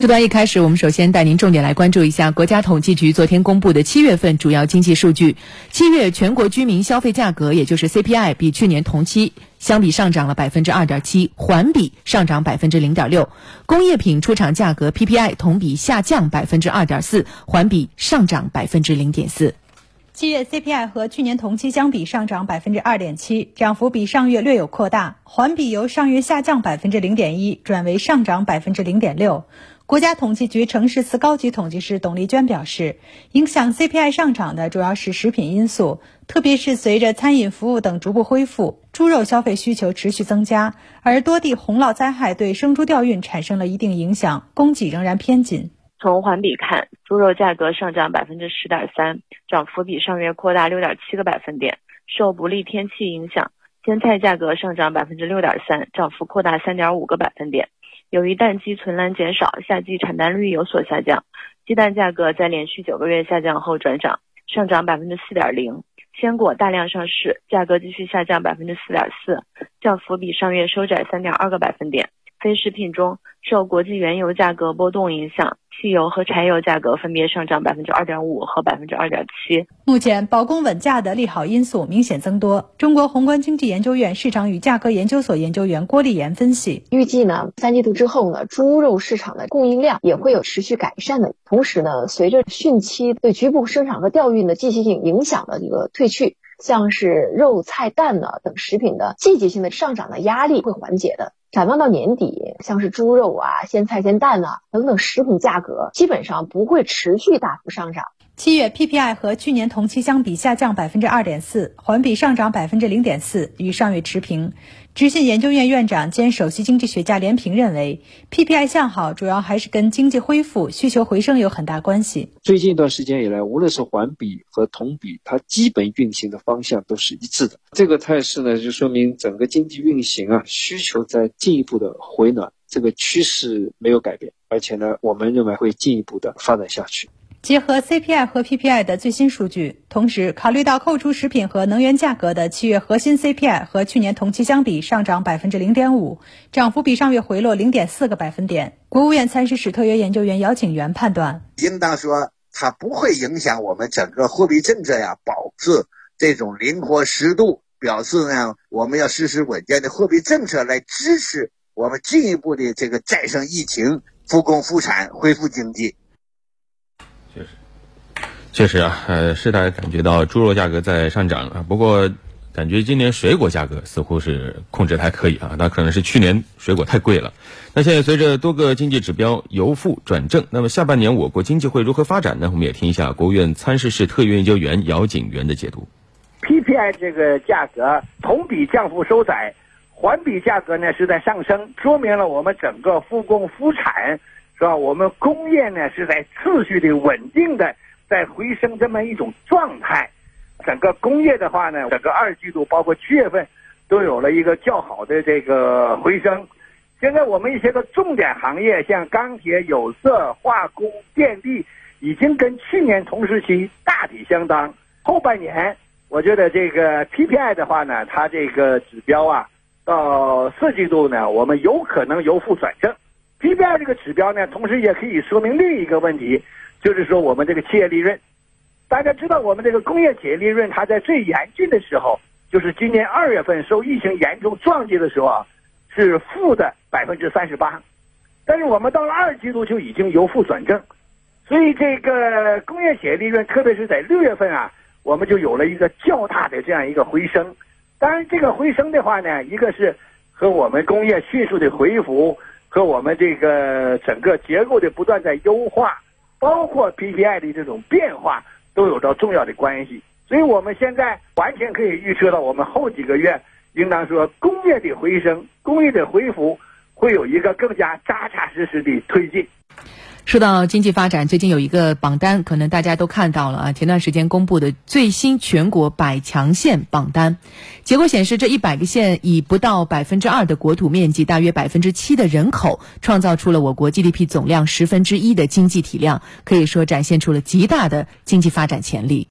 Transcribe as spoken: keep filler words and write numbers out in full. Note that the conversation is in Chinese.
这段一开始，我们首先带您重点来关注一下国家统计局昨天公布的七月份主要经济数据。七月全国居民消费价格，也就是 C P I， 比去年同期相比上涨了 百分之二点七， 环比上涨 百分之零点六。工业品出厂价格 P P I 同比下降 百分之二点四， 环比上涨 百分之零点四。 七月 C P I 和去年同期相比上涨 百分之二点七， 涨幅比上月略有扩大，环比由上月下降 百分之零点一 转为上涨 百分之零点六。国家统计局城市司高级统计师董丽娟表示，影响 C P I 上涨的主要是食品因素，特别是随着餐饮服务等逐步恢复，猪肉消费需求持续增加，而多地洪涝灾害对生猪调运产生了一定影响，供给仍然偏紧。 从环比看，猪肉价格上涨 百分之十点三， 涨幅比上月扩大 六点七个百分点。受不利天气影响，鲜菜价格上涨 百分之六点三， 涨幅扩大 三点五个百分点。由于淡季存栏减少，夏季产蛋率有所下降，鸡蛋价格在连续九个月下降后转涨，上涨 百分之四点零。鲜果大量上市，价格继续下降 百分之四点四， 降幅比上月收窄 三点二个百分点。非食品中，受国际原油价格波动影响，汽油和柴油价格分别上涨 百分之二点五 和 百分之二点七。 目前保供稳价的利好因素明显增多。中国宏观经济研究院市场与价格研究所研究员郭丽妍分析， 预计呢三季度之后呢，猪肉市场的供应量也会有持续改善的。同时呢，随着汛期对局部生产和调运的季节性影响的这个退去，像是肉菜蛋呢等食品的季节性的上涨的压力会缓解的。展望到年底，像是猪肉啊、鲜菜、鲜蛋啊等等食品价格基本上不会持续大幅上涨。 七月 P P I 和去年同期相比下降 百分之二点四， 环比上涨 百分之零点四， 与上月持平。执信研究院院长兼首席经济学家连平认为， P P I 向好主要还是跟经济恢复、需求回升有很大关系。 最近一段时间以来，无论是环比和同比，它基本运行的方向都是一致的。这个态势呢，就说明整个经济运行啊，需求在进一步的回暖，这个趋势没有改变，而且呢，我们认为会进一步的发展下去。 结合 C P I 和 P P I 的最新数据，同时考虑到扣除食品和能源价格的七月核心 C P I 和去年同期相比上涨 百分之零点五， 涨幅比上月回落 零点四个百分点。国务院参事室特约研究员姚景元判断， 应当说它不会影响我们整个货币政策呀，保持这种灵活适度，表示呢我们要实施稳健的货币政策来支持我们进一步的这个战胜疫情、复工复产、恢复经济。 确实，确实啊，呃，是大家感觉到猪肉价格在上涨啊，不过感觉今年水果价格似乎是控制的还可以啊，那可能是去年水果太贵了。那现在随着多个经济指标由负转正，那么下半年我国经济会如何发展呢？我们也听一下国务院参事室特约研究员姚景元的解读。 P P I 这个价格同比降幅收窄，环比价格呢是在上升，说明了我们整个复工复产是吧？我们工业呢是在持续的稳定的在回升这么一种状态。整个工业的话呢，整个二季度包括七月份都有了一个较好的这个回升。现在我们一些个重点行业，像钢铁、有色、化工、电力，已经跟去年同时期大体相当。后半年，我觉得这个 P P I 的话呢，它这个指标啊，到四季度呢，我们有可能由负转正。P P I 这个指标呢，同时也可以说明另一个问题，就是说我们这个企业利润。大家知道，我们这个工业企业利润，它在最严峻的时候，就是今年二月份受疫情严重撞击的时候啊，是负的百分之三十八。但是我们到了二季度就已经由负转正，所以这个工业企业利润，特别是在六月份啊，我们就有了一个较大的这样一个回升。当然，这个回升的话呢，一个是和我们工业迅速的恢复，和我们这个整个结构的不断在优化，包括 P P I 的这种变化，都有着重要的关系。所以我们现在完全可以预测到，我们后几个月应当说工业的回升、工业的恢复会有一个更加扎扎实实的推进。 说到经济发展，最近有一个榜单，可能大家都看到了啊，前段时间公布的最新全国百强县榜单。结果显示，这一百个县以不到百分之二的国土面积，大约百分之七的人口，创造出了我国 G D P 总量十分之一的经济体量，可以说展现出了极大的经济发展潜力。